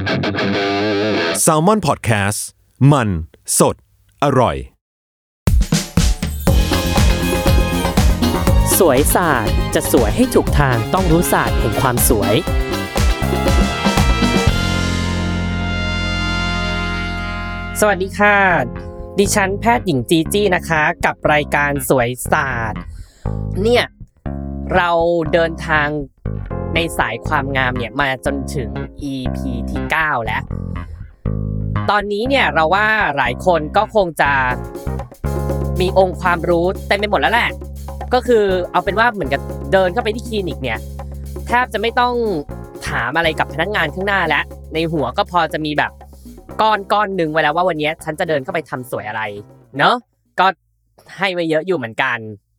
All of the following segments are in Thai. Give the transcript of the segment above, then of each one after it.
Salmon Podcast มันสดอร่อยสวยศาสตร์จะสวยให้ถูกทางต้องรู้ศาสตร์แห่งความสวยสวัสดีค่ะดิฉันแพทย์หญิงจีจี้นะคะกับรายการสวยศาสตร์เนี่ยเราเดินทางในสายความงามเนี่ยมาจนถึง EP ที่ 9 แล้วตอนนี้เนี่ยเราว่าหลายคนก็คงจะมีองค์ความรู้เต็มไปหมดแล้วแหละก็คือเอาเป็นว่าเหมือนกับเดินเข้าไปที่คลินิกเนี่ยแทบจะไม่ต้องถามอะไรกับพนักงานข้างหน้าแล้วในหัวก็พอจะมีแบบก้อนนึงไว้แล้วว่าวันนี้ฉันจะเดินเข้าไปทำสวยอะไรเนาะก็ให้ไว้เยอะอยู่เหมือนกัน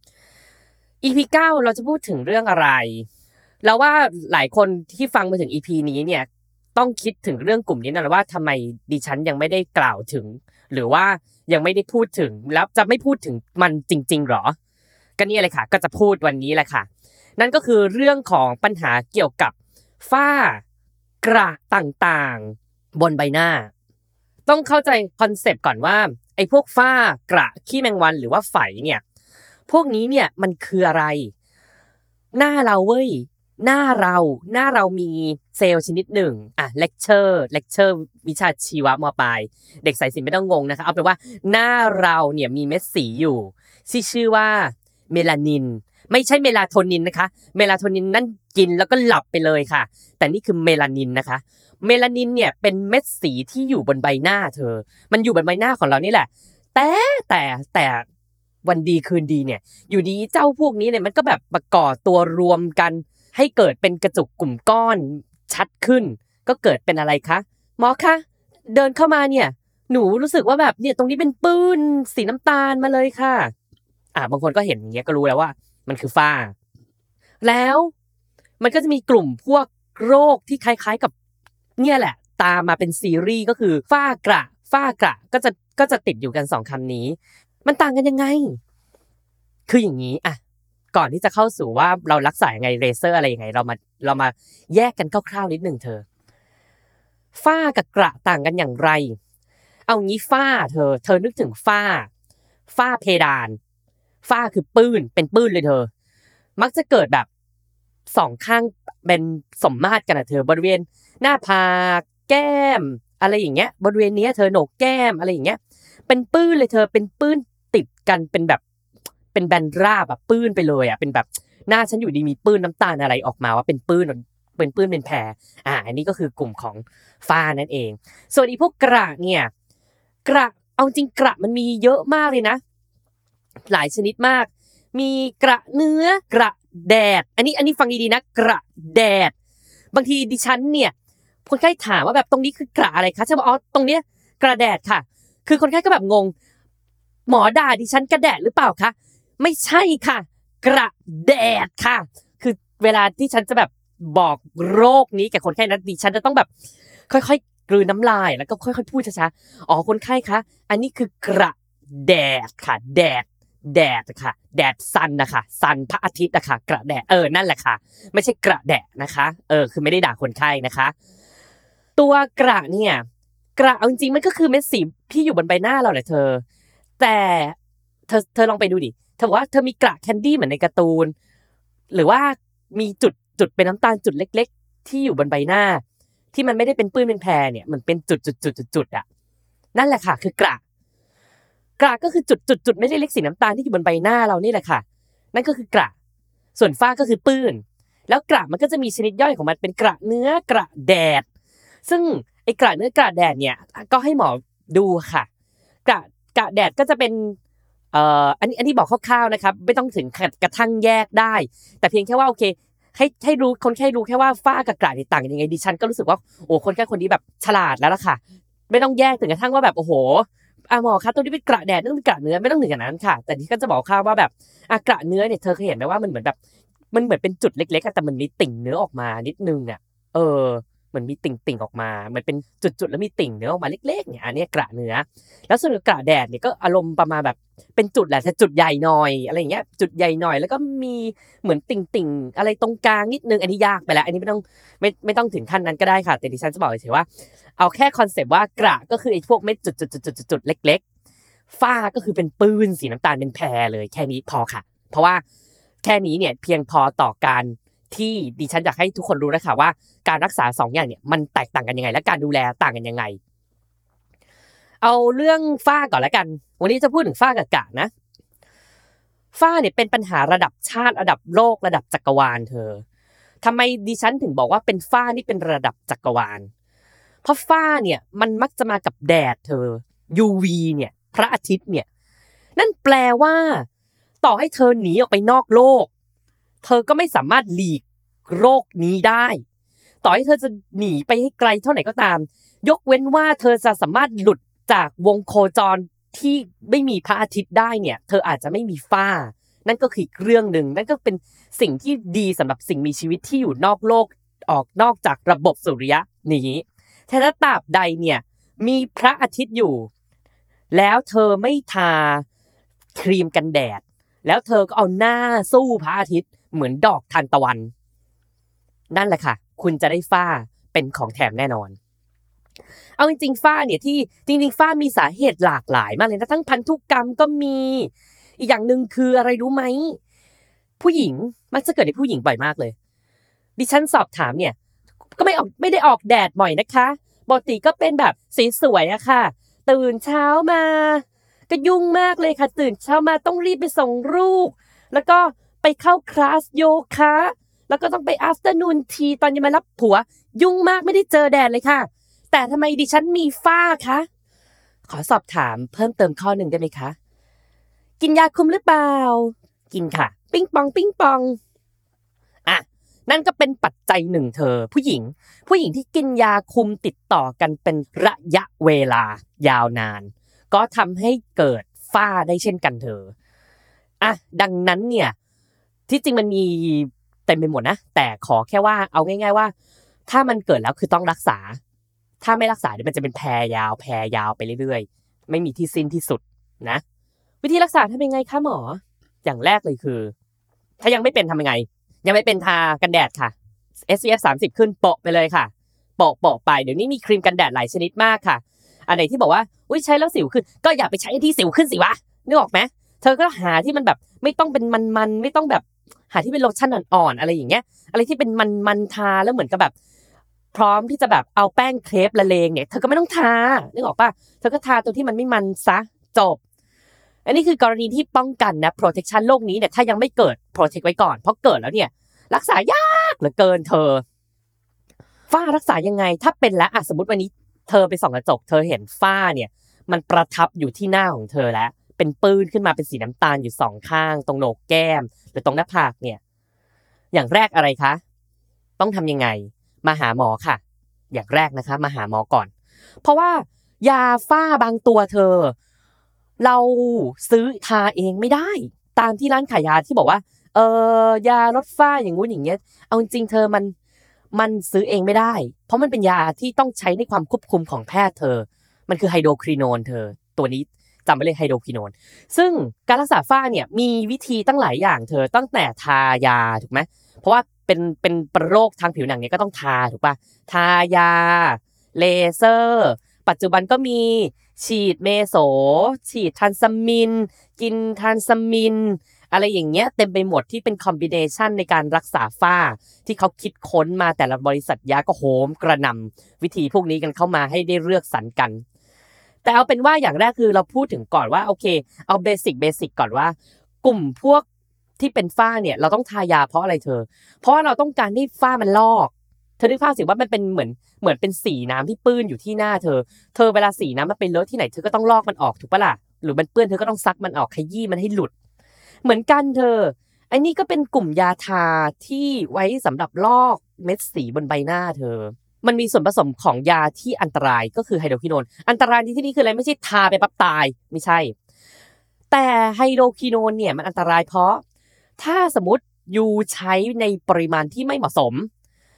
EP 9 เราจะพูดถึงเรื่องอะไรแล้วว่าหลายคนที่ฟังมาถึง EP นี้เนี่ยต้องคิดถึงเรื่องกลุ่มนี้นะว่าทำไมดิฉันยังไม่ได้กล่าวถึงหรือว่ายังไม่ได้พูดถึงแล้วจะไม่พูดถึงมันจริงๆหรอก็นี่เลยค่ะก็จะพูดวันนี้แหละค่ะนั่นก็คือเรื่องของปัญหาเกี่ยวกับฝ้ากระต่างๆบนใบหน้าต้องเข้าใจคอนเซปต์ก่อนว่าไอ้พวกฝ้ากระขี้แมงวันหรือว่าไฝเนี่ยพวกนี้เนี่ยมันคืออะไรหน้าเราเว้ยหน้าเรามีเซลล์ชนิดหนึ่งเลคเชอร์วิชาชีวะม.ปลายเด็กสายศิลป์ไม่ต้องงงนะคะเอาเป็นว่าหน้าเราเนี่ยมีเม็ดสีอยู่ที่ชื่อว่าเมลานินไม่ใช่เมลาโทนินนะคะเมลาโทนินนั่นกินแล้วก็หลับไปเลยค่ะแต่นี่คือเมลานินนะคะเมลานินเนี่ยเป็นเม็ดสีที่อยู่บนใบหน้าเธอมันอยู่บนใบหน้าของเรานี่แหละแต่วันดีคืนดีเนี่ยอยู่ดีเจ้าพวกนี้เนี่ยมันก็แบบประกอบตัวรวมกันให้เกิดเป็นกระจุกกลุ่มก้อนชัดขึ้นก็เกิดเป็นอะไรคะหมอคะเดินเข้ามาเนี่ยหนูรู้สึกว่าแบบเนี่ยตรงนี้เป็นปื้นสีน้ำตาลมาเลยค่ะบางคนก็เห็นอย่างเงี้ยก็รู้แล้วว่ามันคือฝ้าแล้วมันก็จะมีกลุ่มพวกโรคที่คล้ายๆกับเนี่ยแหละตามมาเป็นซีรีส์ก็คือฝ้ากระก็จะติดอยู่กัน2คำนี้มันต่างกันยังไงคืออย่างนี้ก่อนที่จะเข้าสู่ว่าเรารักษายังไงเลเซอร์อะไรยังไงเรามาแยกกันคร่าวๆนิดนึงเธอฝ้ากับกระต่างกันอย่างไรเอางี้ฝ้าเธอนึกถึงฝ้าเพดานฝ้าคือปื้นเป็นปื้นเลยเธอมักจะเกิดแบบ2ข้างเป็นสมมาตรกันเธอบริเวณหน้าผากแก้มอะไรอย่างเงี้ยบริเวณนี้เธอโหนกแก้มอะไรอย่างเงี้ยเป็นปื้นเลยเธอเป็นปื้นติดกันเป็นแบบเป็นแบนราบแบบปื้นไปเลยเป็นแบบหน้าฉันอยู่ดีมีปื้นน้ำตาลอะไรออกมาว่าเป็นปื้นเป็นแผลอันนี้ก็คือกลุ่มของฝ้านั่นเองส่วนอีพวกกระเนี่ยกระเอาจริงกระมันมีเยอะมากเลยนะหลายชนิดมากมีกระเนื้อกระแดดอันนี้ฟังดีๆนะกระแดดบางทีดิฉันเนี่ยคนไข้ถามว่าแบบตรงนี้คือกระอะไรคะฉันบอกตรงเนี้ยกระแดดค่ะคือคนไข้ก็แบบงงหมอด่าดิฉันกระแดดหรือเปล่าคะไม่ใช่ค่ะกระแดดค่ะคือเวลาที่ฉันจะแบบบอกโรคนี้แก่คนไข้นะดิฉันจะต้องแบบค่อยๆกลืนน้ำลายแล้วก็ค่อยๆพูดช้าๆคนไข้คะอันนี้คือกระแดดค่ะแดดค่ะแดดซันนะคะซันพระอาทิตย์นะคะกระแดดนั่นแหละค่ะไม่ใช่กระแดดนะคะคือไม่ได้ด่าคนไข้นะคะตัวกระเนี่ยกระเอาจริงๆมันก็คือเม็ดสีที่อยู่บนใบหน้าเราแหละเธอแต่เธอลองไปดูดิเธอบอกว่าเธอมีกระแคนดี้เหมือนในการ์ตูนหรือว่ามีจุดเป็นน้ำตาลจุดเล็กๆที่อยู่บนใบหน้าที่มันไม่ได้เป็นปื้นเป็นแพรเนี่ยมันเป็นจุดนั่นแหละค่ะคือกระก็คือจุดไม่ได้เล็กสีน้ำตาลที่อยู่บนใบหน้าเรานี่แหละค่ะนั่นก็คือกระส่วนฝ้าก็คือปื้นแล้วกระมันก็จะมีชนิดย่อยของมันเป็นกระเนื้อกระแดดซึ่งไอ้กระเนื้อกระแดดเนี่ยก็ให้หมอดูค่ะกระแดดก็จะเป็นอันนี้บอกคร่าวๆนะครับไม่ต้องถึงกระทั่งแยกได้แต่เพียงแค่ว่าโอเคให้รู้คนแค่รู้แค่ว่าฝ้ากับกระต่างกันยังไงดิฉันก็รู้สึกว่าคนแค่คนนี้แบบฉลาดแล้วล่ะค่ะไม่ต้องแยกถึงกระทั่งว่าแบบโอ้โหหมอคะตัวนี้เป็นกระแดดนี่เป็นกระเนื้อไม่ต้องถึงอย่างนั้นค่ะแต่ที่ก็จะบอกค่ะว่าแบบกระเนื้อเนี่ยเธอเคยเห็นไหมว่ามันเหมือนแบบมันเหมือนเป็นจุดเล็กๆแต่มันมีติ่งเนื้อออกมานิดนึงเหมือนมีติ่งออกมามันเป็นจุดๆแล้วมีติ่งเนื้อออกมาเล็กๆเนี่ยอันนี้กระเนื้อแล้วส่วนกระแดดเนี่ยก็อารมณ์ประมาณแบบเป็นจุดแหละแต่จุดใหญ่หน่อยอะไรอย่างเงี้ยจุดใหญ่หน่อยแล้วก็มีเหมือนติ่งอะไรตรงกลางนิดนึงอันนี้ยากไปแล้วอันนี้ไม่ต้องถึงขั้นนั้นก็ได้ค่ะแต่ดิฉันจะบอกเฉยๆว่าเอาแค่คอนเซปต์ว่ากระก็คือไอ้พวกเม็ดจุดๆเล็กๆฝ้าก็คือเป็นปื้นสีน้ำตาลเป็นแพรเลยแค่นี้พอค่ะเพราะว่าแค่นี้เนี่ยเพียงพอต่อการที่ดิฉันอยากให้ทุกคนรู้นะคะว่าการรักษา2อย่างเนี่ยมันแตกต่างกันยังไงและการดูแลต่างกันยังไงเอาเรื่องฝ้าก่อนละกันวันนี้จะพูดถึงฝ้ากับกระนะฝ้าเนี่ยเป็นปัญหาระดับชาติระดับโลกระดับจักรวาลเธอทำไมดิฉันถึงบอกว่าเป็นฝ้านี่เป็นระดับจักรวาลเพราะฝ้าเนี่ยมันมักจะมากับแดดเธอ UV เนี่ยพระอาทิตย์เนี่ยนั่นแปลว่าต่อให้เธอหนีออกไปนอกโลกเธอก็ไม่สามารถหลีกโรคนี้ได้ต่อให้เธอจะหนีไปให้ไกลเท่าไหร่ก็ตามยกเว้นว่าเธอจะสามารถหลุดจากวงโคจรที่ไม่มีพระอาทิตย์ได้เนี่ยเธออาจจะไม่มีฝ้านั่นก็คืออีกเรื่องนึงนั่นก็เป็นสิ่งที่ดีสำหรับสิ่งมีชีวิตที่อยู่นอกโลกออกนอกจากระบบสุริยะนี้แต่ถ้าตราบใดเนี่ยมีพระอาทิตย์อยู่แล้วเธอไม่ทาครีมกันแดดแล้วเธอก็เอาหน้าสู้พระอาทิตย์เหมือนดอกทานตะวันนั่นแหละค่ะคุณจะได้ฝ้าเป็นของแถมแน่นอนเอาจริงๆฝ้าเนี่ยที่จริงๆฝ้ามีสาเหตุหลากหลายมากเลยนะทั้งพันธุกรรมก็มีอีกอย่างนึงคืออะไรรู้ไหมผู้หญิงมักจะเกิดในผู้หญิงบ่อยมากเลยดิฉันสอบถามเนี่ยก็ไม่ได้ออกแดดบ่อยนะคะปกติก็เป็นแบบสีสวยอะค่ะตื่นเช้ามาก็ยุ่งมากเลยค่ะตื่นเช้ามาต้องรีบไปส่งลูกแล้วก็ไปเข้าคลาสโยคะแล้วก็ต้องไป afternoon tea ตอนยังมารับผัวยุ่งมากไม่ได้เจอแดดเลยค่ะแต่ทำไมดิฉันมีฝ้าคะขอสอบถามเพิ่มเติมข้อหนึ่งได้ไหมคะกินยาคุมหรือเปล่ากินค่ะปิ้งปองปิ้งปองอ่ะนั่นก็เป็นปัจจัยหนึ่งเธอผู้หญิงที่กินยาคุมติดต่อกันเป็นระยะเวลายาวนานก็ทำให้เกิดฝ้าได้เช่นกันเธออ่ะดังนั้นเนี่ยที่จริงมันมีเต็มไปหมดนะแต่ขอแค่ว่าเอาง่ายๆว่าถ้ามันเกิดแล้วคือต้องรักษาถ้าไม่รักษาเดี๋ยวมันจะเป็นแพรยาวไปเรื่อยๆไม่มีที่สิ้นที่สุดนะวิธีรักษาทำยังไงคะหมออย่างแรกเลยคือถ้ายังไม่เป็นทำยังไงยังไม่เป็นทากันแดดค่ะ SPF 30ขึ้นโปะไปเลยค่ะโปะไปเดี๋ยวนี้มีครีมกันแดดหลายชนิดมากค่ะอันไหนที่บอกว่าอุ้ยใช้แล้วสิวขึ้นก็อย่าไปใช้ที่สิวขึ้นสิวะนึกออกไหมเธอก็หาที่มันแบบไม่ต้องเป็นมันไม่ต้องแบบหาที่เป็นโลชั่นอ่อนๆอะไรอย่างเงี้ยอะไรที่เป็นมันทาแล้วเหมือนกับแบบพร้อมที่จะแบบเอาแป้งเครปละเลงเนี่ยเธอก็ไม่ต้องทานึกออกป่ะเธอก็ทาตัวที่มันไม่มันซะจบอันนี้คือกรณีที่ป้องกันนะ protection โรคนี้เนี่ยถ้ายังไม่เกิด protect ไว้ก่อนเพราะเกิดแล้วเนี่ยรักษายากเหลือเกินเธอฝ้ารักษายังไงถ้าเป็นแล้วสมมติวันนี้เธอไปส่องกระจกเธอเห็นฝ้าเนี่ยมันประทับอยู่ที่หน้าของเธอแล้วเป็นปื้นขึ้นมาเป็นสีน้ำตาลอยู่สองข้างตรงโหนกแก้มหรือตรงหน้าผากเนี่ยอย่างแรกอะไรคะต้องทำยังไงมาหาหมอค่ะอย่างแรกนะคะมาหาหมอก่อนเพราะว่ายาฝ้าบางตัวเธอเราซื้อทาเองไม่ได้ตามที่ร้านขายยาที่บอกว่ายาลดฝ้าอย่างงู้นอย่างเงี้ยเอาจริงเธอมันซื้อเองไม่ได้เพราะมันเป็นยาที่ต้องใช้ในความควบคุมของแพทย์เธอมันคือไฮโดรควิโนนเธอตัวนี้จำไว้เลยไฮโดรควิโนนซึ่งการรักษาฝ้าเนี่ยมีวิธีตั้งหลายอย่างเธอตั้งแต่ทายาถูกไหมเพราะว่าเป็นโรคทางผิวหนังเนี่ยก็ต้องทาถูกป่ะทายาเลเซอร์ปัจจุบันก็มีฉีดเมโสฉีดทรานซามินกินทรานซามินอะไรอย่างเงี้ยเต็มไปหมดที่เป็นคอมบิเนชันในการรักษาฝ้าที่เขาคิดค้นมาแต่ละบริษัทยาก็โหมกระหน่ำวิธีพวกนี้กันเข้ามาให้ได้เลือกสรรกันแต่เอาเป็นว่าอย่างแรกคือเราพูดถึงก่อนว่าโอเคเอาเบสิกก่อนว่ากลุ่มพวกที่เป็นฝ้าเนี่ยเราต้องทายาเพราะอะไรเธอเพราะว่าเราต้องการให้ฝ้ามันลอกเธอนึกภาพสิว่ามันเป็นเหมือนเป็นสีน้ำที่ปื้นอยู่ที่หน้าเธอเวลาสีน้ำมันเป็นเลอะที่ไหนเธอก็ต้องลอกมันออกถูกปะล่ะหรือมันเปื้อนเธอก็ต้องซักมันออกขยี้มันให้หลุดเหมือนกันเธอไอ้นี่ก็เป็นกลุ่มยาทาที่ไว้สำหรับลอกเม็ดสีบนใบหน้าเธอมันมีส่วนผสมของยาที่อันตรายก็คือไฮโดรควิโนนอันตรายที่นี่คืออะไรไม่ใช่ทาไปปั๊บตายไม่ใช่แต่ไฮโดรควิโนนเนี่ยมันอันตรายเพราะถ้าสมมติยูใช้ในปริมาณที่ไม่เหมาะสม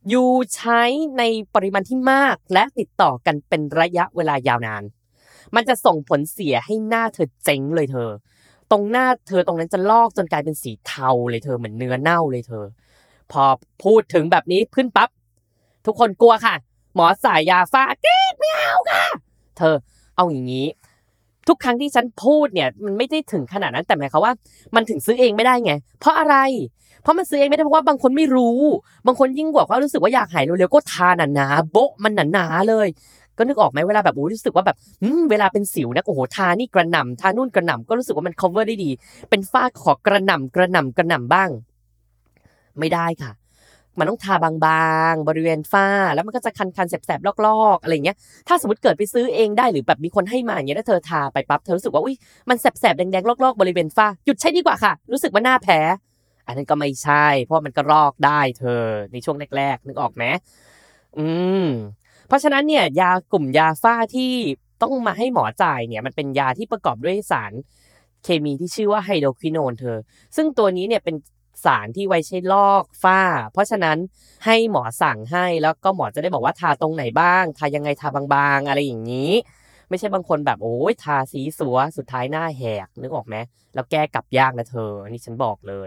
อยู่ใช้ในปริมาณที่มากและติดต่อกันเป็นระยะเวลายาวนานมันจะส่งผลเสียให้หน้าเธอเจ๊งเลยเธอตรงหน้าเธอตรงนั้นจะลอกจนกลายเป็นสีเทาเลยเธอเหมือนเนื้อเน่าเลยเธอพอพูดถึงแบบนี้ขึ้นปั๊บทุกคนกลัวค่ะหมอสายยาฟ้ากรี๊ดไม่เอาค่ะเธอเอาอย่างนี้ทุกครั้งที่ฉันพูดเนี่ยมันไม่ได้ถึงขนาดนั้นแต่หมายความว่ามันถึงซื้อเองไม่ได้ไงเพราะอะไรเพราะมันซื้อเองไม่ได้เพราะว่าบางคนไม่รู้บางคนยิ่งกว่ารู้สึกว่าอยากหายเร็วๆก็ทาหนาๆโบ๊ะมันหนาๆเลยก็นึกออกไหมเวลาแบบรู้สึกว่าแบบเวลาเป็นสิวนะโอ้โหทานี่กระหน่ำทานู่นกระหน่ำก็รู้สึกว่ามัน cover ได้ดีเป็นฝ้าขอกระหน่ำบ้างไม่ได้ค่ะมันต้องทาบางๆบริเวณฝ้าแล้วมันก็จะคันๆแสบๆลอกๆอะไรเงี้ยถ้าสมมติเกิดไปซื้อเองได้หรือแบบมีคนให้มาอย่างเงี้ยถ้าเธอทาไปปั๊บเธอรู้สึกว่าอุ๊ยมันแสบๆแดงๆลอกๆบริเวณฝ้าหยุดใช้ดีกว่าค่ะรู้สึกว่าหน้าแพ้อันนั้นก็ไม่ใช่เพราะมันก็ลอกได้เธอในช่วงแรกๆนึกออกไหมเพราะฉะนั้นเนี่ยยากลุ่มยาฝ้าที่ต้องมาให้หมอจ่ายเนี่ยมันเป็นยาที่ประกอบด้วยสารเคมีที่ชื่อว่าไฮโดรควิโนนเธอซึ่งตัวนี้เนี่ยเป็นสารที่ไว้ใช้ลอกฝ้าเพราะฉะนั้นให้หมอสั่งให้แล้วก็หมอจะได้บอกว่าทาตรงไหนบ้างทายังไงทาบางๆอะไรอย่างนี้ไม่ใช่บางคนแบบโอ้ยทาสีสัวสุดท้ายหน้าแหกนึกออกไหมแล้วแก้กลับยากนะเธอนี่ฉันบอกเลย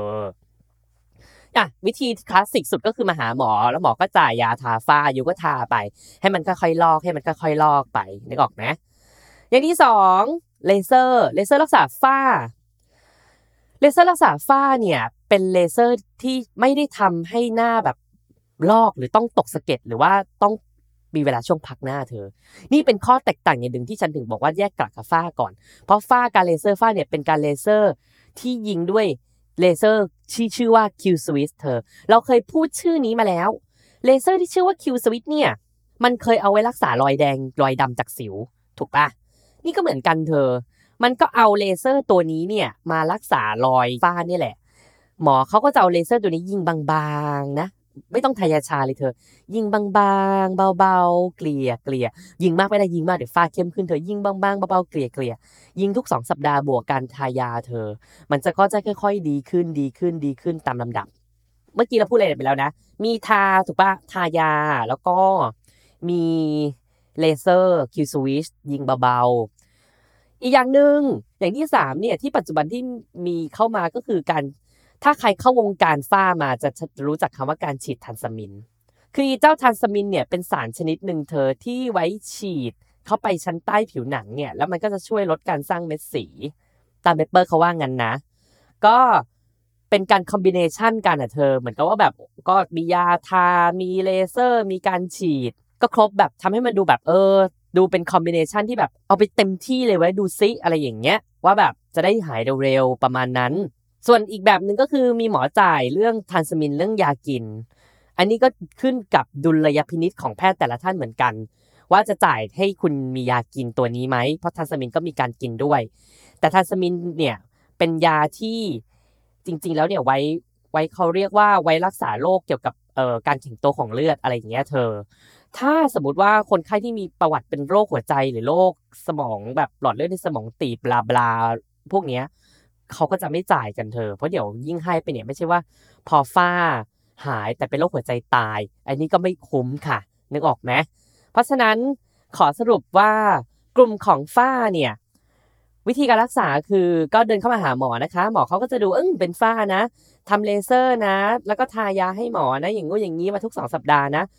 วิธีคลาสสิกสุดก็คือมาหาหมอแล้วหมอก็จ่ายยาทาฝ้าอยู่ก็ทาไปให้มันค่อยๆลอกให้มันค่อยๆลอกไปนึกออกไหมอย่างที่2เลเซอร์รักษาฝ้าเลเซอร์รักษาฝ้าเนี่ยเป็นเลเซอร์ที่ไม่ได้ทำให้หน้าแบบลอกหรือต้องตกสะเก็ดหรือว่าต้องมีเวลาช่วงพักหน้าเธอนี่เป็นข้อแตกต่างอย่างหนึ่งที่ฉันถึงบอกว่าแยกกลักกับฝ้าก่อนเพราะฝ้าการเลเซอร์ฝ้าเนี่ยเป็นการเลเซอร์ที่ยิงด้วยเลเซอร์ที่ชื่อว่า Q Switch เธอเราเคยพูดชื่อนี้มาแล้วเลเซอร์ที่ชื่อว่า Q Switch เนี่ยมันเคยเอาไว้รักษารอยแดงรอยดำจากสิวถูกปะนี่ก็เหมือนกันเธอมันก็เอาเลเซอร์ตัวนี้เนี่ยมารักษารอยฝ้านี่แหละหมอเขาก็จะเอาเลเซอร์ตัวนี้ยิงบางๆนะไม่ต้องทายาชาเลยเธอยิงบางๆเบาๆเกลี่ยยิงมากไม่ได้ยิงมากเดี๋ยวฝ้าเข้มขึ้นเธอยิงบางๆเบาๆเกลี่ยยิงทุก2สัปดาห์บวกการทายาเธอมันก็จะค่อยๆดีขึ้นตามลำดับเมื่อกี้เราพูดอะไรไปแล้วนะมีทาถูกปะทายาแล้วก็มีเลเซอร์คิวสวิชยิงเบาๆอีกอย่างหนึ่งอย่างที่3เนี่ยที่ปัจจุบันที่มีเข้ามาก็คือการถ้าใครเข้าวงการฝ้ามาจะรู้จักคำว่าการฉีดทันซามินคือเจ้าทันซามินเนี่ยเป็นสารชนิดหนึ่งเธอที่ไว้ฉีดเข้าไปชั้นใต้ผิวหนังเนี่ยแล้วมันก็จะช่วยลดการสร้างเม็ดสีตามเปเปอร์เขาว่างั้นนะก็เป็นการคอมบิเนชันกันเธอเหมือนกับว่าแบบก็มียาทามีเลเซอร์มีการฉีดก็ครบแบบทำให้มันดูแบบดูเป็นคอมบิเนชันที่แบบเอาไปเต็มที่เลยไว้ดูซิอะไรอย่างเงี้ยว่าแบบจะได้หายเร็วๆประมาณนั้นส่วนอีกแบบหนึ่งก็คือมีหมอจ่ายเรื่องทันซามินเรื่องยากินอันนี้ก็ขึ้นกับดุลยพินิจของแพทย์แต่ละท่านเหมือนกันว่าจะจ่ายให้คุณมียากินตัวนี้ไหมเพราะทันซามินก็มีการกินด้วยแต่ทันซามินเนี่ยเป็นยาที่จริงๆแล้วเนี่ยไว้เขาเรียกว่าไว้รักษาโรคเกี่ยวกับการแข็งตัวของเลือดอะไรอย่างเงี้ยเธอถ้าสมมติว่าคนไข้ที่มีประวัติเป็นโรคหัวใจหรือโรคสมองแบบหลอดเลือดในสมองตีบบลาพวกเนี้ยเขาก็จะไม่จ่ายกันเธอเพราะเดี๋ยวยิ่งให้ไปเนี่ยไม่ใช่ว่าพอฝ้าหายแต่เป็นโรคหัวใจตายอันนี้ก็ไม่คุ้มค่ะนึกออกไหมเพราะฉะนั้นขอสรุปว่ากลุ่มของฝ้าเนี่ยวิธีการรักษาคือก็เดินเข้ามาหาหมอนะคะหมอเขาก็จะดูเป็นฝ้านะทำเลเซอร์นะแล้วก็ทายาให้หมอนะอย่างงู้นอย่างนี้มาทุก2สัปดาห์นะ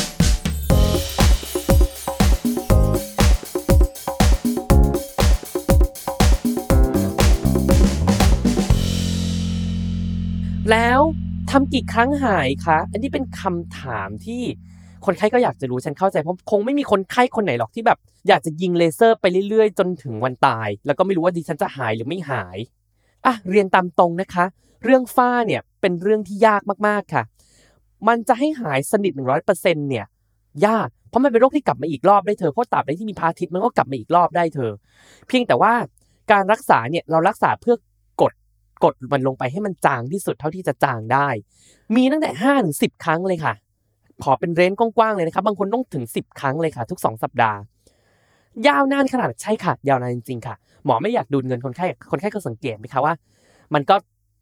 แล้วทำกี่ครั้งหายคะอันนี้เป็นคำถามที่คนไข้ก็อยากจะรู้ฉันเข้าใจเพราะคงไม่มีคนไข้คนไหนหรอกที่แบบอยากจะยิงเลเซอร์ไปเรื่อยๆจนถึงวันตายแล้วก็ไม่รู้ว่าดิฉันจะหายหรือไม่หายเรียนตามตรงนะคะเรื่องฝ้าเนี่ยเป็นเรื่องที่ยากมากๆค่ะมันจะให้หายสนิท 100% เนี่ยยากเพราะมันเป็นโรคที่กลับมาอีกรอบได้เธอเพราะตราบใดที่มีพระอาทิตย์มันก็กลับมาอีกรอบได้เธอเพียงแต่ว่าการรักษาเนี่ยเรารักษาเพื่อกดมันลงไปให้มันจางที่สุดเท่าที่จะจางได้มีตั้งแต่5 ถึง 10 ครั้งเลยค่ะขอเป็นเรนจ์กว้างๆเลยนะครับบางคนต้องถึง10 ครั้งเลยค่ะทุก2สัปดาห์ยาวนานขนาดใช่ค่ะยาวนานจริงๆค่ะหมอไม่อยากดูดเงินคนไข้ก็สังเกตไหมคะว่ามันก็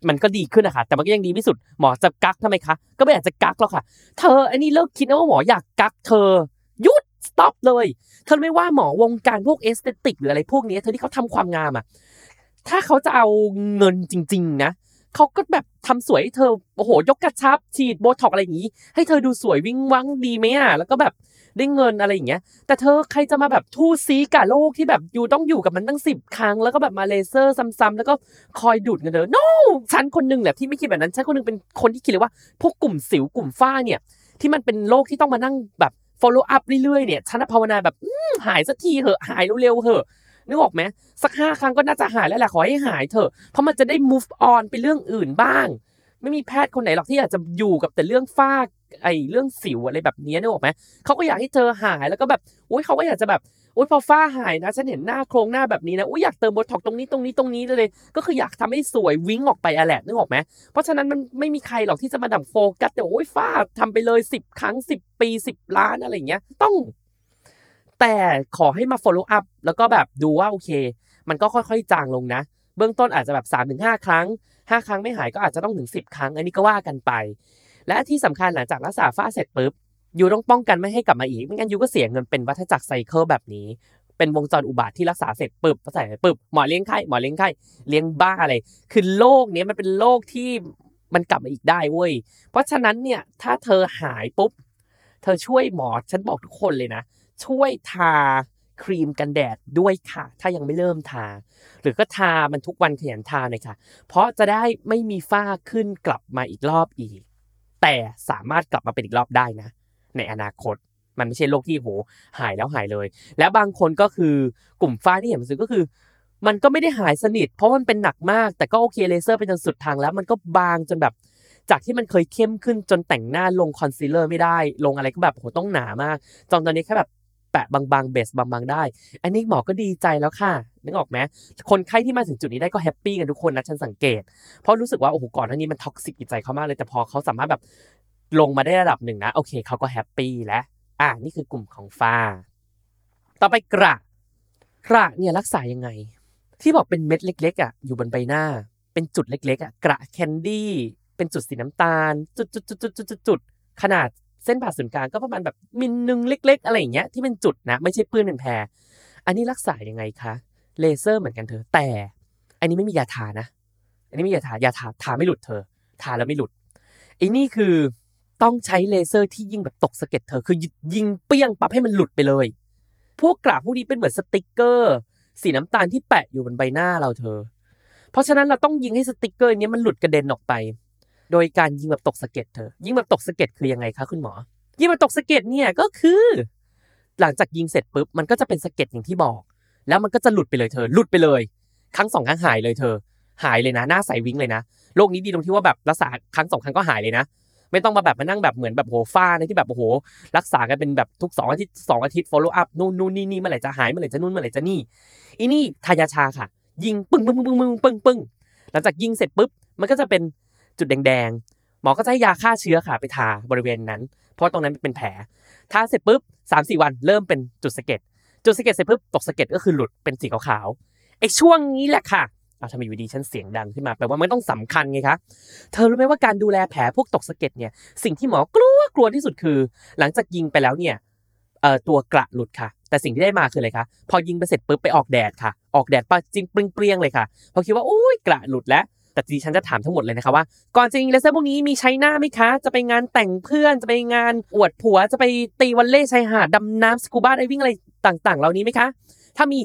มันก็ดีขึ้นนะคะแต่มันก็ยังดีไม่สุดหมอจะกักทำไมคะก็ไม่อยากจะกักหรอกค่ะเธออันนี้เลิกคิดนะว่าหมออยากกักเธอหยุด stop เลยเธอไม่ว่าหมอวงการพวกเอสเตติกหรืออะไรพวกนี้เธอที่เขาทำความงามอ่ะถ้าเขาจะเอาเงินจริงๆนะเขาก็แบบทำสวยให้เธอโอ้โหยกกระชับฉีดโบท็อกอะไรอย่างนี้ให้เธอดูสวยวิ้งวังดีไหมอ่ะแล้วก็แบบได้เงินอะไรอย่างเงี้ยแต่เธอใครจะมาแบบทู่ซีกับโลกที่แบบอยู่ต้องอยู่กับมันตั้ง10 ครั้งแล้วก็แบบมาเลเซอร์ซ้ำๆแล้วก็คอยดูดเงินเธอ no ฉันคนนึงแหละที่ไม่คิดแบบนั้นฉันคนนึงเป็นคนที่คิดเลยว่าพวกกลุ่มสิวกลุ่มฝ้าเนี่ยที่มันเป็นโรคที่ต้องมานั่งแบบ follow up เรื่อยๆเนี่ยฉันภาวนาแบบหายสักทีเถอะหายเร็วๆเถอะนึกออกไหมสัก5 ครั้งก็น่าจะหายแล้วแหละขอให้หายเถอะเพราะมันจะได้ move on ไปเรื่องอื่นบ้างไม่มีแพทย์คนไหนหรอกที่อยากจะอยู่กับแต่เรื่องฝ้าเรื่องสิวอะไรแบบนี้นึกออกไหมเขาก็อยากให้เธอหายแล้วก็แบบเขาก็อยากจะแบบพอฝ้าหายนะฉันเห็นหน้าโครงหน้าแบบนี้นะอยากเติมโบท็อกตรงนี้เลยก็คืออยากทำให้สวยวิ้งออกไปแหละนึกออกไหมเพราะฉะนั้นมันไม่มีใครหรอกที่จะมาดั่งโฟกัสแต่ฝ้าทำไปเลย10 ครั้ง10 ปี10 ล้านอะไรอย่างเงี้ยต้องแต่ขอให้มา follow up แล้วก็แบบดูว่าโอเคมันก็ค่อยๆจางลงนะเบื้องต้นอาจจะแบบ 3-5 ครั้ง5 ครั้งไม่หายก็อาจจะต้องถึง10 ครั้งอันนี้ก็ว่ากันไปและที่สำคัญหลังจากรักษาฝ้าเสร็จปุ๊บยูต้องป้องกันไม่ให้กลับมาอีกไม่งั้นยูก็เสียเงินเป็นวัฏจักรไซเคิลแบบนี้เป็นวงจรอุบาทที่รักษาเสร็จปุ๊บใส่ปุ๊บหมอเลี้ยงไข้เลี้ยงบ้าอะไรคือโรคนี้มันเป็นโรคที่มันกลับมาอีกได้เว้ยเพราะฉะนั้นเนี่ยถ้าเธอหายปุ๊บเธอช่วยหมอฉันบอกทุกคนเลยนะช่วยทาครีมกันแดดด้วยค่ะถ้ายังไม่เริ่มทาหรือก็ทามันทุกวันขยันทาหน่อยค่ะเพราะจะได้ไม่มีฝ้าขึ้นกลับมาอีกรอบอีกแต่สามารถกลับมาเป็นอีกรอบได้นะในอนาคตมันไม่ใช่โรคที่หายแล้วหายเลยและบางคนก็คือกลุ่มฝ้าที่เห็นมันก็คือมันก็ไม่ได้หายสนิทเพราะมันเป็นหนักมากแต่ก็โอเคเลเซอร์ไปจนสุดทางแล้วมันก็บางจนแบบจากที่มันเคยเข้มขึ้นจนแต่งหน้าลงคอนซีลเลอร์ไม่ได้ลงอะไรก็แบบต้องหนามากจนตอนนี้แค่แบบแปะบางๆเบสบางๆได้อันนี้หมอก็ดีใจแล้วค่ะนึกออกไหมคนไข้ที่มาถึงจุดนี้ได้ก็แฮปปี้กันทุกคนนะฉันสังเกตเพราะรู้สึกว่าก่อนหน้านี้มันท็อกซิกจิตใจเขามากเลยแต่พอเขาสามารถแบบลงมาได้ระดับหนึ่งนะโอเคเขาก็แฮปปี้แล้วนี่คือกลุ่มของฝ้าต่อไปกระเนี่ยรักษายังไงที่บอกเป็นเม็ดเล็กๆอยู่บนใบหน้าเป็นจุดเล็กๆกระแคนดี้เป็นจุดสีน้ำตาลจุดขนาดเส้นผ่าศูนย์กลางก็ประมาณแบบมิลนึงเล็กๆอะไรอย่างเงี้ยที่เป็นจุดนะไม่ใช่ปื้นเป็นแพรอันนี้รักษายังไงคะเลเซอร์เหมือนกันเธอแต่อันนี้ไม่มียาทานะอันนี้ไม่มียาทาไม่หลุดเธอทาแล้วไม่หลุดไอ้นี่คือต้องใช้เลเซอร์ที่ยิงแบบตกสะเก็ดเธอคือยิงเปี้ยงปั๊บให้มันหลุดไปเลยพวกกระพวกนี้เป็นเหมือนสติกเกอร์สีน้ำตาลที่แปะอยู่บนใบหน้าเราเธอเพราะฉะนั้นเราต้องยิงให้สติกเกอร์นี้มันหลุดกระเด็นออกไปโดยการยิงแบบตกสะเก็ดเธอยิงแบบตกสะเก็ดคือยังไงคะคุณหมอยิงแบบตกสะเก็ดเนี่ยก็คือหลังจากยิงเสร็จปุ๊บมันก็จะเป็นสะเก็ดอย่างที่บอกแล้วมันก็จะหลุดไปเลยเธอหลุดไปเลยครั้ง2 ครั้งหายเลยเธอหายเลยนะหน้าใสวิ้งเลยนะโรคนี้ดีตรงที่ว่าแบบรักษาครั้ง2 ครั้งก็หายเลยนะไม่ต้องมาแบบมานั่งแบบเหมือนแบบฝ้าในที่แบบรักษากันเป็นแบบทุก2 อาทิตย์2 อาทิตย์ follow up นู่นนี่เมื่อไหร่จะหายเมื่อไหร่จะนู่นเมื่อไหร่จะนี่อีนี่ทายาชาค่ะยิงปึ้งหลังจากยิงเสร็จปุ๊บมันก็จะเป็นจุดแดงๆหมอก็จะให้ยาฆ่าเชื้อค่ะไปทาบริเวณนั้นเพราะตรงนั้นเป็นแผลทาเสร็จปุ๊บ 3-4 วันเริ่มเป็นจุดสะเก็ดเสร็จปุ๊บตกสะเก็ดก็คือหลุดเป็นสีขาวๆไอ้ช่วงนี้แหละค่ะทำไมอยู่ดีฉันเสียงดังขึ้นมาแปลว่ามันต้องสำคัญไงคะเธอรู้ไหมว่าการดูแลแผลพวกตกสะเก็ดเนี่ยสิ่งที่หมอกลัวที่สุดคือหลังจากยิงไปแล้วเนี่ยตัวกระหลุดค่ะแต่สิ่งที่ได้มาคืออะไรคะพอยิงไปเสร็จปุ๊บไปออกแดดค่ะออกแดดปะจริงเปรี้ยงเลยค่ะพอคิดว่าโอ๊ยกระหลุดแล้วแต่ดิฉันจะถามทั้งหมดเลยนะคะว่าก่อนจะยิงเลเซอร์พวกนี้มีใช้หน้าไหมคะจะไปงานแต่งเพื่อนจะไปงานอวดผัวจะไปตีวอลเลย์ชายหาดดำน้ำสกูบ้าไดวิ่งอะไรต่างๆเหล่านี้ไหมคะถ้ามี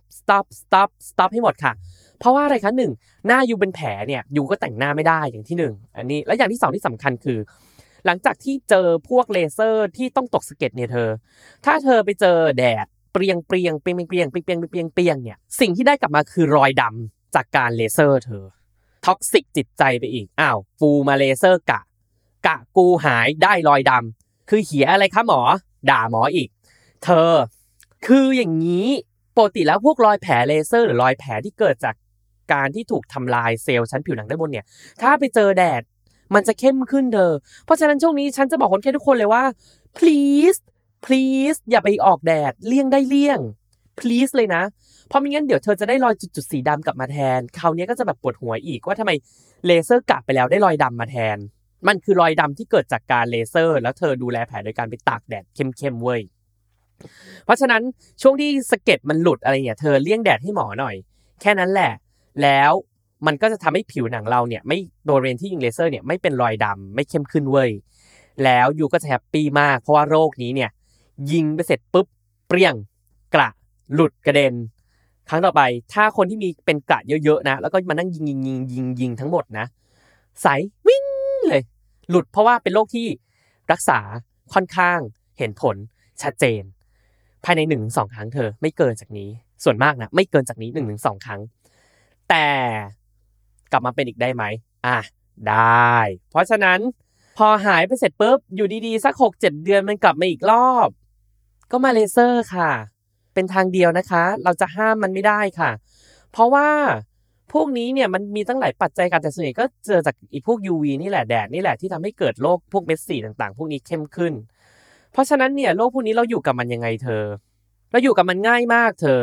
stop ให้หมดค่ะเพราะว่าอะไรคะ1หน้ายูเป็นแผลเนี่ยยูก็แต่งหน้าไม่ได้อย่างที่1อันนี้แล้วอย่างที่2ที่สำคัญคือหลังจากที่เจอพวกเลเซอร์ที่ต้องตกสะเก็ดเนี่ยเธอถ้าเธอไปเจอแดดเปรียงเนี่ยสิ่งที่ได้กลับมาคือรอยดำจากการเลเซอร์เธอท็อกซิกจิตใจไปอีกฟูมาเลเซอร์กะกูหายได้รอยดำคือเหี้ยอะไรคะหมอด่าหมออีกเธอคืออย่างนี้ปกติแล้วพวกรอยแผลเลเซอร์หรือรอยแผลที่เกิดจากการที่ถูกทำลายเซลล์ชั้นผิวหนังด้านบนเนี่ยถ้าไปเจอแดดมันจะเข้มขึ้นเธอเพราะฉะนั้นช่วงนี้ฉันจะบอกคนแค่ทุกคนเลยว่า please อย่าไปออกแดดเลี่ยงได้เลี่ยง please เลยนะเพราะไม่งั้นเดี๋ยวเธอจะได้รอยจุดๆสีดำกลับมาแทนคราวนี้ก็จะแบบปวดหัวอีกว่าทำไมเลเซอร์กะไปแล้วได้รอยดำมาแทนมันคือรอยดำที่เกิดจากการเลเซอร์แล้วเธอดูแลแผลโดยการไปตากแดดเข้มๆเว้ยเพราะฉะนั้นช่วงที่สะเก็ดมันหลุดอะไรเนี่ยเธอเลี่ยงแดดให้หมอหน่อยแค่นั้นแหละแล้วมันก็จะทำให้ผิวหนังเราเนี่ยไม่บริเวณที่ยิงเลเซอร์เนี่ยไม่เป็นรอยดำไม่เข้มขึ้นเว้ยแล้วยูก็จะแฮปปี้มากเพราะว่าโรคนี้เนี่ยยิงไปเสร็จปุ๊บเปรี้ยงกระหลุดกระเด็นครั้งต่อไปถ้าคนที่มีเป็นกระเยอะๆนะแล้วก็มานั่งยิงทั้งหมดนะใสวิ่งเลยหลุดเพราะว่าเป็นโรคที่รักษาค่อนข้างเห็นผลชัดเจนภายใน 1-2 ครั้งเธอไม่เกินจากนี้ส่วนมากนะไม่เกินจากนี้ 1-2 ครั้งแต่กลับมาเป็นอีกได้ไหมได้เพราะฉะนั้นพอหายไปเสร็จปุ๊บอยู่ดีๆสัก 6-7 เดือนมันกลับมาอีกรอบก็มาเลเซอร์ค่ะเป็นทางเดียวนะคะเราจะห้ามมันไม่ได้ค่ะเพราะว่าพวกนี้เนี่ยมันมีตั้งหลายปัจจัยกันแต่ส่วนใหญ่ก็เจอจากอีพวก UV นี่แหละแดดนี่แหละที่ทำให้เกิดโรคพวกเม็ดสีต่างๆพวกนี้เข้มขึ้นเพราะฉะนั้นเนี่ยโรคพวกนี้เราอยู่กับมันยังไงเธอเราอยู่กับมันง่ายมากเธอ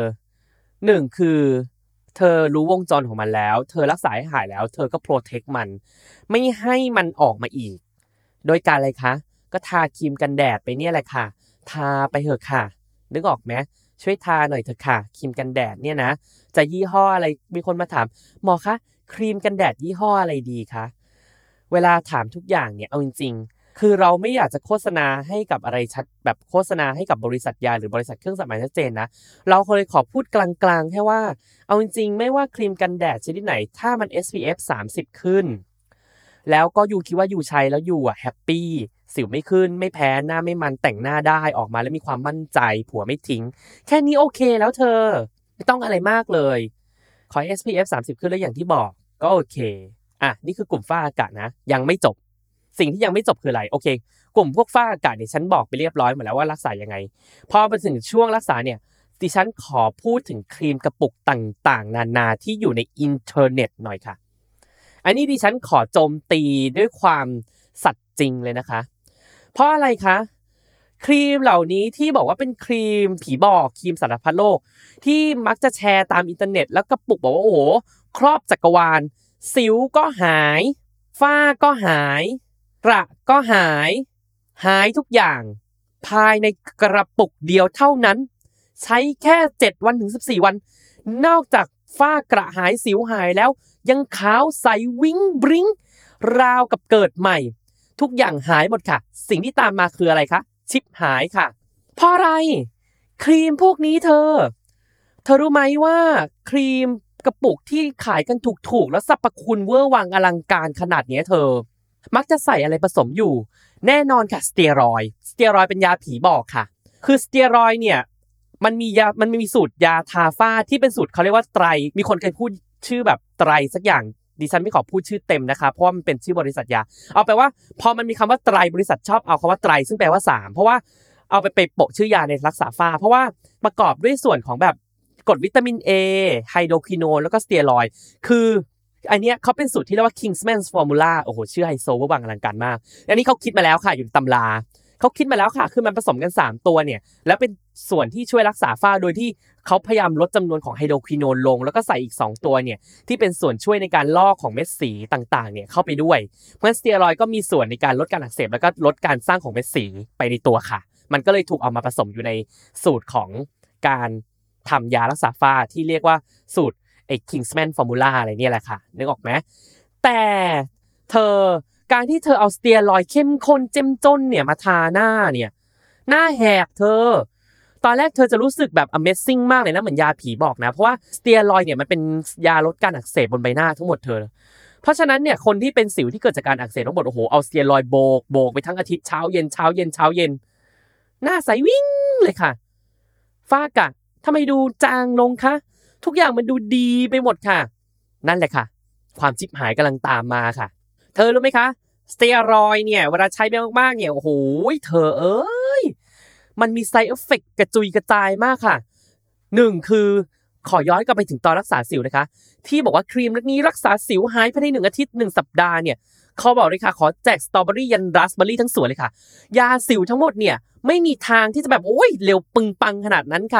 1คือเธอรู้วงจรของมันแล้วเธอรักษาให้หายแล้วเธอก็โปรเทคมันไม่ให้มันออกมาอีกโดยการอะไรคะก็ทาครีมกันแดดไปเนี่ยแหละค่ะทาไปเถอะค่ะนึกออกไหมช่วยทาหน่อยเถอะค่ะครีมกันแดดเนี่ยนะจะยี่ห้ออะไรมีคนมาถามหมอคะครีมกันแดดยี่ห้ออะไรดีคะเวลาถามทุกอย่างเนี่ยเอาจริงๆคือเราไม่อยากจะโฆษณาให้กับอะไรชัดแบบโฆษณาให้กับบริษัทยาหรือบริษัทเครื่องสำอางชัดเจนนะเราเลยขอพูดกลางๆแค่ว่าเอาจริงๆไม่ว่าครีมกันแดดชนิดไหนถ้ามัน SPF 30ขึ้นแล้วก็ยูคิดว่ายูใช้แล้วยูแฮปปี้สิวไม่ขึ้นไม่แพ้หน้าไม่มันแต่งหน้าได้ออกมาแล้วมีความมั่นใจผัวไม่ทิ้งแค่นี้โอเคแล้วเธอไม่ต้องอะไรมากเลยขอ SPF 30ขึ้นแล้วอย่างที่บอกก็โอเคนี่คือกลุ่มฝ้าอากาศนะยังไม่จบสิ่งที่ยังไม่จบคืออะไรโอเคกลุ่มพวกฝ้าอากาศเนี่ยฉันบอกไปเรียบร้อยหมดแล้วว่ารักษายังไงพอไปถึงช่วงรักษาเนี่ยดิฉันขอพูดถึงครีมกระปุกต่างๆนานาที่อยู่ในอินเทอร์เน็ตหน่อยค่ะอันนี้ดิฉันขอโจมตีด้วยความสัตย์จริงเลยนะคะเพราะอะไรคะครีมเหล่านี้ที่บอกว่าเป็นครีมผีบอกครีมสารพัดโลกที่มักจะแชร์ตามอินเทอร์เน็ตแล้วกระปุกบอกว่าโอ้โหครอบจักรวาลสิวก็หายฝ้าก็หายกระก็หายทุกอย่างภายในกระปุกเดียวเท่านั้นใช้แค่7วันถึง14วันนอกจากฝ้ากระหายสิวหายแล้วยังขาวใสวิ้งบริ้งราวกับเกิดใหม่ทุกอย่างหายหมดค่ะสิ่งที่ตามมาคืออะไรคะชิปหายค่ะเพราะอะไรครีมพวกนี้เธอรู้ไหมว่าครีมกระปุกที่ขายกันถูกๆแล้วสรรพคุณเวอร์วังอลังการขนาดนี้เธอมักจะใส่อะไรผสมอยู่แน่นอนค่ะสเตียรอยด์เป็นยาผีบอกค่ะคือสเตียรอยด์เนี่ยมันมีสูตรยาทาฝ้าที่เป็นสูตรเขาเรียกว่าไตรมีคนเคยพูดชื่อแบบไตรสักอย่างดิฉันไม่ขอพูดชื่อเต็มนะคะเพราะว่ามันเป็นชื่อบริษัทยาเอาไปว่าพอมันมีคำว่าไตรบริษัทชอบเอาคำว่าไตรซึ่งแปลว่า3เพราะว่าเอาไปโปะชื่อยาในรักษาฝ้าเพราะว่าประกอบด้วยส่วนของแบบกรดวิตามิน A ไฮโดรควิโนนแล้วก็สเตียรอยด์คืออันเนี้ยเขาเป็นสูตรที่เรียกว่า Kingsman's Formula โอ้โหชื่อไฮโซเวอร์วังอลังการมากอันนี้เขาคิดมาแล้วค่ะอยู่ในตำราเขาคิดมาแล้วค่ะคือมันผสมกัน3ตัวเนี่ยแล้วเป็นส่วนที่ช่วยรักษาฝ้าโดยที่เขาพยายามลดจำนวนของไฮโดรควิโนนลงแล้วก็ใส่อีก2ตัวเนี่ยที่เป็นส่วนช่วยในการลอกของเม็ดสีต่างๆเนี่ยเข้าไปด้วยเพราะฉะนั้นสเตียรอยด์ก็มีส่วนในการลดการอักเสบแล้วก็ลดการสร้างของเม็ดสีไปในตัวค่ะมันก็เลยถูกเอามาผสมอยู่ในสูตรของการทำยารักษาฝ้าที่เรียกว่าสูตรKingsman Formula อะไรเนี่ยแหละค่ะนึกออกไหมแต่การที่เธอเอาสเตียรอยด์เข้มข้นเจ้มจนเนี่ยมาทาหน้าเนี่ยหน้าแหกเธอตอนแรกเธอจะรู้สึกแบบ Amazing มากเลยนะเหมือนยาผีบอกนะเพราะว่าสเตียรอยด์เนี่ยมันเป็นยาลดการอักเสบบนใบหน้าทั้งหมดเธอเพราะฉะนั้นเนี่ยคนที่เป็นสิวที่เกิดจากการอักเสบทั้งหมดโอ้โหเอาสเตียรอยด์โบกไปทั้งอาทิตย์เช้าเย็นหน้าใสวิ่งเลยค่ะฝ้ากระทำไมดูจางลงคะทุกอย่างมันดูดีไปหมดค่ะนั่นแหละค่ะความชิบหายกำลังตามมาค่ะเธอรู้ไหมคะสเตียรอยด์เนี่ยเวลาใช้ไปมากๆเนี่ยโอ้โหเธอเอ้ยมันมีไซด์เอฟเฟคกระจุยกระจายมากค่ะ1คือขอย้อนกลับไปถึงตอนรักษาสิวนะคะที่บอกว่าครีมนี้รักษาสิวหายภายใน1อาทิตย์1สัปดาห์เนี่ยเขาบอกเลยค่ะขอแจกสตรอเบอรี่ยันราสเบอรี่ทั้งสวนเลยค่ะยาสิวทั้งหมดเนี่ยไม่มีทางที่จะแบบโอ้ยเร็วปึงปังขนาดนั้นค่ะ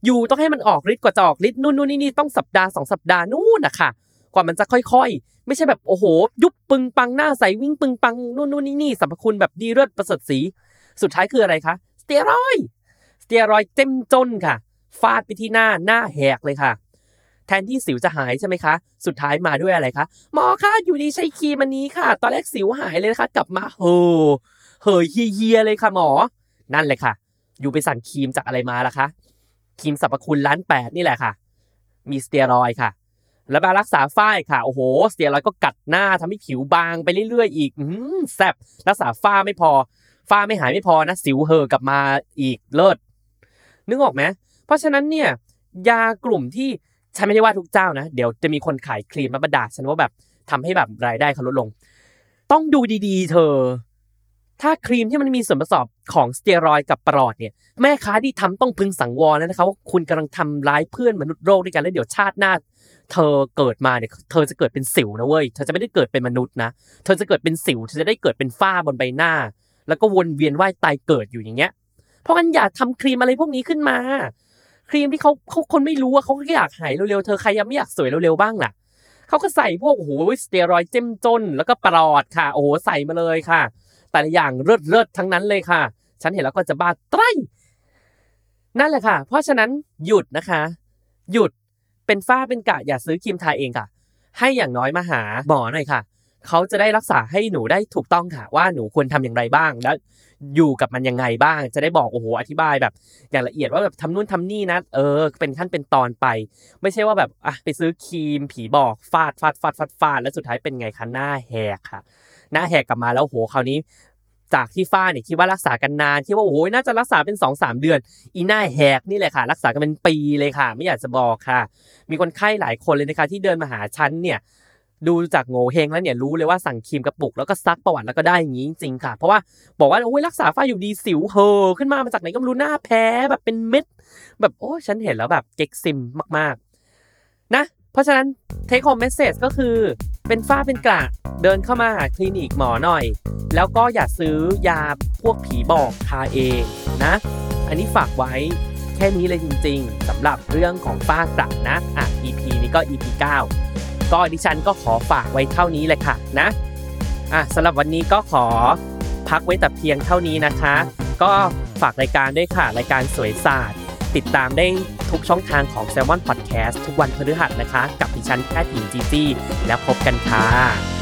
อยู่ต้องให้มันออกฤทธิ์กว่าจะออกฤทธิ์นู่นนี่ต้องสัปดาห์2สัปดาห์นู่นนะคะกว่ามันจะค่อยๆไม่ใช่แบบโอ้โหยุบปึงปังหน้าใสวิ่งปึงปังนู่นนี่สรรพคุณแบบดีเลิศประเสริฐศรีสุดท้ายคืออะไรคะสเตียรอยด์เจ้มจนค่ะฟาดไปที่หน้าแหกเลยค่ะแทนที่สิวจะหายใช่ไหมคะสุดท้ายมาด้วยอะไรคะหมอคะอยู่ดีใช้ครีมอันนี้ค่ะตอนแรกสิวหายเลยนะคะกลับมาเห่อเฮียเลยค่ะหมอนั่นเลยค่ะอยู่ไปสั่งครีมจากอะไรมาล่ะคะครีมสรรพคุณ1,800,000นี่แหละค่ะมีสเตียรอยด์ค่ะแล้วมารักษาฝ้ายค่ะโอ้โหสเตียรอยด์ก็กัดหน้าทำให้ผิวบางไปเรื่อยๆอีกแซ่บรักษาฝ้าไม่พอฝ้าไม่หายไม่พอนะสิวเห่อกลับมาอีกเลิศนึกออกไหมเพราะฉะนั้นเนี่ยยากลุ่มที่ฉันไม่ได้ว่าทุกเจ้านะเดี๋ยวจะมีคนขายครีมมาด่าฉันว่าแบบทำให้แบบรายได้เขาลดลงต้องดูดีๆเธอถ้าครีมที่มันมีส่วนผสมของสเตียรอยด์กับปรอดเนี่ยแม่ค้าที่ทำต้องพึงสังวรนะคะว่าคุณกำลังทำร้ายเพื่อนมนุษย์โลกด้วยกันแล้วเดี๋ยวชาติหน้าเธอเกิดมาเนี่ยเธอจะเกิดเป็นสิวนะเว้ยเธอจะไม่ได้เกิดเป็นมนุษย์นะเธอจะเกิดเป็นสิวเธอจะได้เกิดเป็นฝ้าบนใบหน้าแล้วก็วนเวียนว่ายตายเกิดอยู่อย่างเงี้ยเพราะงั้นอย่าทำครีมอะไรพวกนี้ขึ้นมาครีมที่เขาคนไม่รู้ว่าเขาก็อยากหายเร็วๆเธอใครยังไม่อยากสวยเร็วๆบ้างล่ะเขาก็ใส่พวกโอ้โหสเตียรอยด์เจ้มจนแล้วก็ปรอดค่ะโอ้โหใส่มาเลยค่ะแต่ละอย่างเลิศทั้งนั้นเลยค่ะฉันเห็นแล้วก็จะบ้าไตรนั่นแหละค่ะเพราะฉะนั้นหยุดนะคะหยุดเป็นฝ้าเป็นกระอย่าซื้อครีมทาเองค่ะให้อย่างน้อยมาหาหมอหน่อยค่ะเขาจะได้รักษาให้หนูได้ถูกต้องค่ะว่าหนูควรทำอย่างไรบ้างแล้วอยู่กับมันยังไงบ้างจะได้บอกโอ้โหอธิบายแบบอย่างละเอียดว่าแบบทำนู่นทำนี่นะเป็นขั้นเป็นตอนไปไม่ใช่ว่าแบบไปซื้อครีมผีบอกฟาดแล้วสุดท้ายเป็นไงคะหน้าแหกค่ะหน้าแหกกลับมาแล้วโหคราวนี้จากที่ฝ้าเนี่ยคิดว่ารักษากันนานคิดว่าโอ้โหน่าจะรักษาเป็น 2-3 เดือนอีหน้าแหกนี่แหละค่ะรักษากันเป็นปีเลยค่ะไม่อยากจะบอกค่ะมีคนไข้หลายคนเลยนะคะที่เดินมาหาฉันเนี่ยดูจากโง่เฮงแล้วเนี่ยรู้เลยว่าสั่งครีมกระปุกแล้วก็ซักประวัติแล้วก็ได้อย่างนี้จริงๆค่ะเพราะว่าบอกว่าโอ้ยรักษาฝ้าอยู่ดีสิวเห่อขึ้นมาจากไหนก็ไม่รู้หน้าแพ้แบบเป็นเม็ดแบบโอ้ฉันเห็นแล้วแบบเก๊กซิมมากๆนะเพราะฉะนั้น take home message ก็คือเป็นฝ้าเป็นกระเดินเข้ามาหาคลินิกหมอหน่อยแล้วก็อย่าซื้อยาพวกผีบอกทาเองนะอันนี้ฝากไว้แค่นี้เลยจริงๆสำหรับเรื่องของฝ้ากระนะEP นี้ก็ EP 9ก็ดิฉันก็ขอฝากไว้เท่านี้เลยค่ะนะสำหรับวันนี้ก็ขอพักไว้แต่เพียงเท่านี้นะคะก็ฝากรายการด้วยค่ะรายการสวยศาสตร์ติดตามได้ทุกช่องทางของ Salmon Podcast ทุกวันพฤหัสนะคะกับดิฉันแพทย์หญิงจีจี้แล้วพบกันค่ะ